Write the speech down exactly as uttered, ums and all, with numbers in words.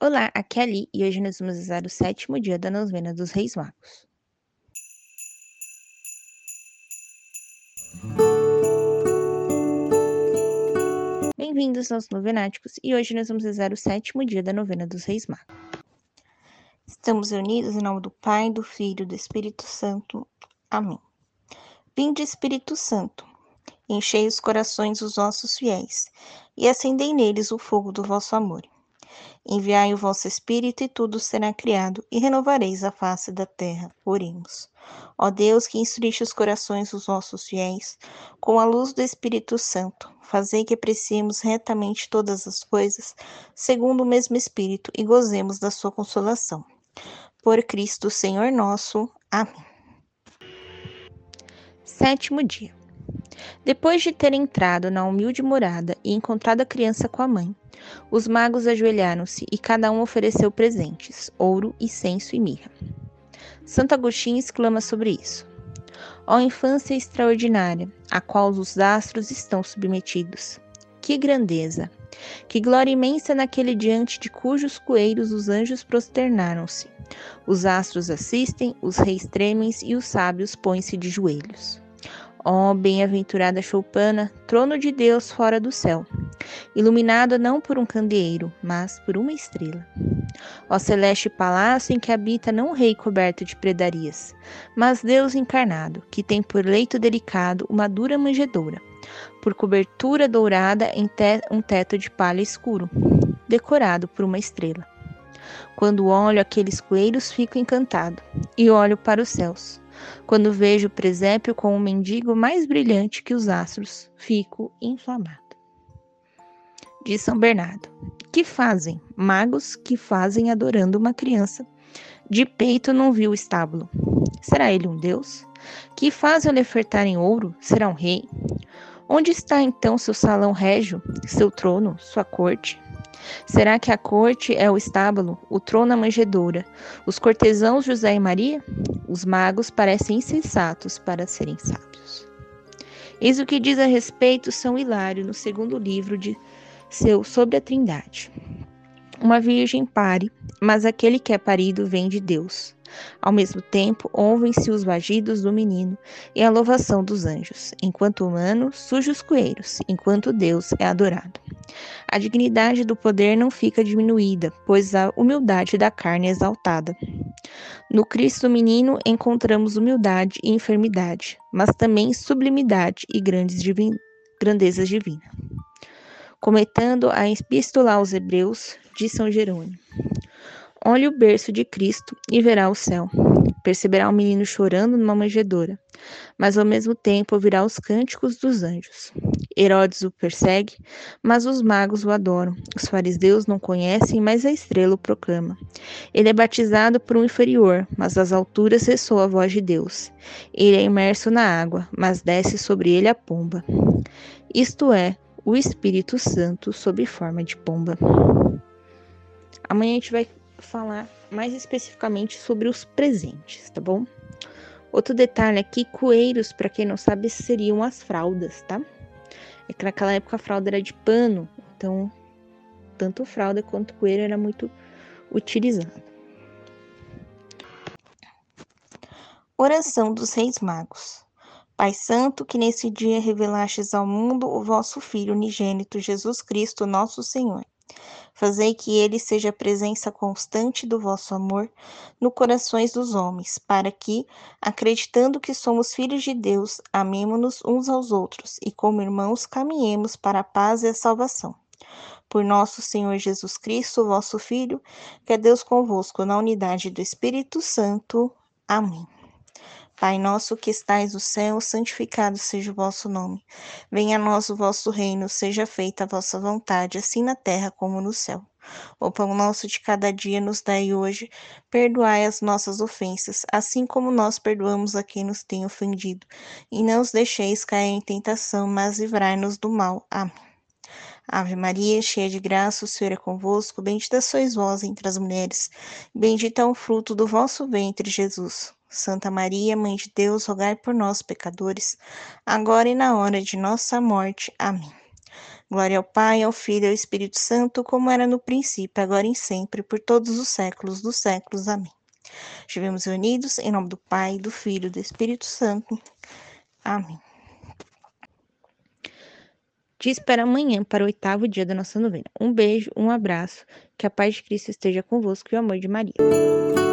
Olá, aqui é a Ali e hoje nós vamos rezar o sétimo dia da novena dos Reis Magos. Bem-vindos aos Novenáticos e hoje nós vamos rezar o sétimo dia da novena dos Reis Magos. Estamos reunidos em nome do Pai, do Filho e do Espírito Santo. Amém. Vinde, Espírito Santo, enchei os corações dos vossos fiéis e acendei neles o fogo do vosso amor. Enviai o vosso Espírito e tudo será criado, e renovareis a face da terra. Oremos. Ó Deus, que instruíste os corações dos vossos fiéis, com a luz do Espírito Santo, fazei que apreciemos retamente todas as coisas, segundo o mesmo Espírito, e gozemos da sua consolação. Por Cristo, Senhor nosso. Amém. Sétimo dia. Depois de ter entrado na humilde morada e encontrado a criança com a mãe, os magos ajoelharam-se e cada um ofereceu presentes, ouro, incenso e mirra. Santo Agostinho exclama sobre isso: ó infância extraordinária, a qual os astros estão submetidos! Que grandeza! Que glória imensa naquele diante de cujos coeiros os anjos prosternaram-se! Os astros assistem, os reis tremem e os sábios põem-se de joelhos. Ó bem-aventurada choupana, trono de Deus fora do céu, iluminado não por um candeeiro, mas por uma estrela. Ó celeste palácio em que habita não um rei coberto de predarias, mas Deus encarnado, que tem por leito delicado uma dura manjedoura, por cobertura dourada em te- um teto de palha escuro, decorado por uma estrela. Quando olho aqueles coeiros, fico encantado, e olho para os céus. Quando vejo o presépio com um mendigo mais brilhante que os astros, fico inflamado. De São Bernardo: que fazem magos que fazem adorando uma criança? De peito não viu o estábulo. Será ele um deus? Que fazem o ofertar em ouro? Será um rei? Onde está então seu salão régio, seu trono, sua corte? Será que a corte é o estábulo, o trono a manjedoura, os cortesãos José e Maria? Os magos parecem insensatos para serem sábios. Eis o que diz a respeito São Hilário no segundo livro de seu Sobre a Trindade. Uma virgem pare, mas aquele que é parido vem de Deus. Ao mesmo tempo, ouvem-se os vagidos do menino e a louvação dos anjos. Enquanto humano, surge os coeiros, enquanto Deus é adorado. A dignidade do poder não fica diminuída, pois a humildade da carne é exaltada. No Cristo menino encontramos humildade e enfermidade, mas também sublimidade e grandes divin... grandezas divinas. Comentando a Epístola aos Hebreus, de São Jerônimo: olhe o berço de Cristo e verá o céu. Perceberá um menino chorando numa manjedoura, mas ao mesmo tempo ouvirá os cânticos dos anjos. Herodes o persegue, mas os magos o adoram. Os fariseus não conhecem, mas a estrela o proclama. Ele é batizado por um inferior, mas das alturas ressoa a voz de Deus. Ele é imerso na água, mas desce sobre ele a pomba. Isto é, o Espírito Santo sob forma de pomba. Amanhã a gente vai falar mais especificamente sobre os presentes, tá bom? Outro detalhe aqui, coeiros, para quem não sabe, seriam as fraldas, tá? É que naquela época a fralda era de pano, então tanto fralda quanto coeiro era muito utilizado. Oração dos Reis Magos. Pai Santo, que nesse dia revelastes ao mundo o vosso Filho unigênito, Jesus Cristo, nosso Senhor. Fazei que ele seja a presença constante do vosso amor no corações dos homens, para que, acreditando que somos filhos de Deus, amemo-nos uns aos outros e, como irmãos, caminhemos para a paz e a salvação. Por nosso Senhor Jesus Cristo, vosso Filho, que é Deus convosco na unidade do Espírito Santo. Amém. Pai nosso que estais no céu, santificado seja o vosso nome. Venha a nós o vosso reino, seja feita a vossa vontade, assim na terra como no céu. O pão nosso de cada dia nos dai hoje, perdoai as nossas ofensas, assim como nós perdoamos a quem nos tem ofendido. E não os deixeis cair em tentação, mas livrai-nos do mal. Amém. Ave Maria, cheia de graça, o Senhor é convosco, bendita sois vós entre as mulheres, bendito é o fruto do vosso ventre, Jesus. Santa Maria, Mãe de Deus, rogai por nós, pecadores, agora e na hora de nossa morte. Amém. Glória ao Pai, ao Filho e ao Espírito Santo, como era no princípio, agora e sempre, por todos os séculos dos séculos. Amém. Estivemos reunidos em nome do Pai, do Filho e do Espírito Santo. Amém. Te espero amanhã para o oitavo dia da nossa novena. Um beijo, um abraço, que a paz de Cristo esteja convosco e o amor de Maria.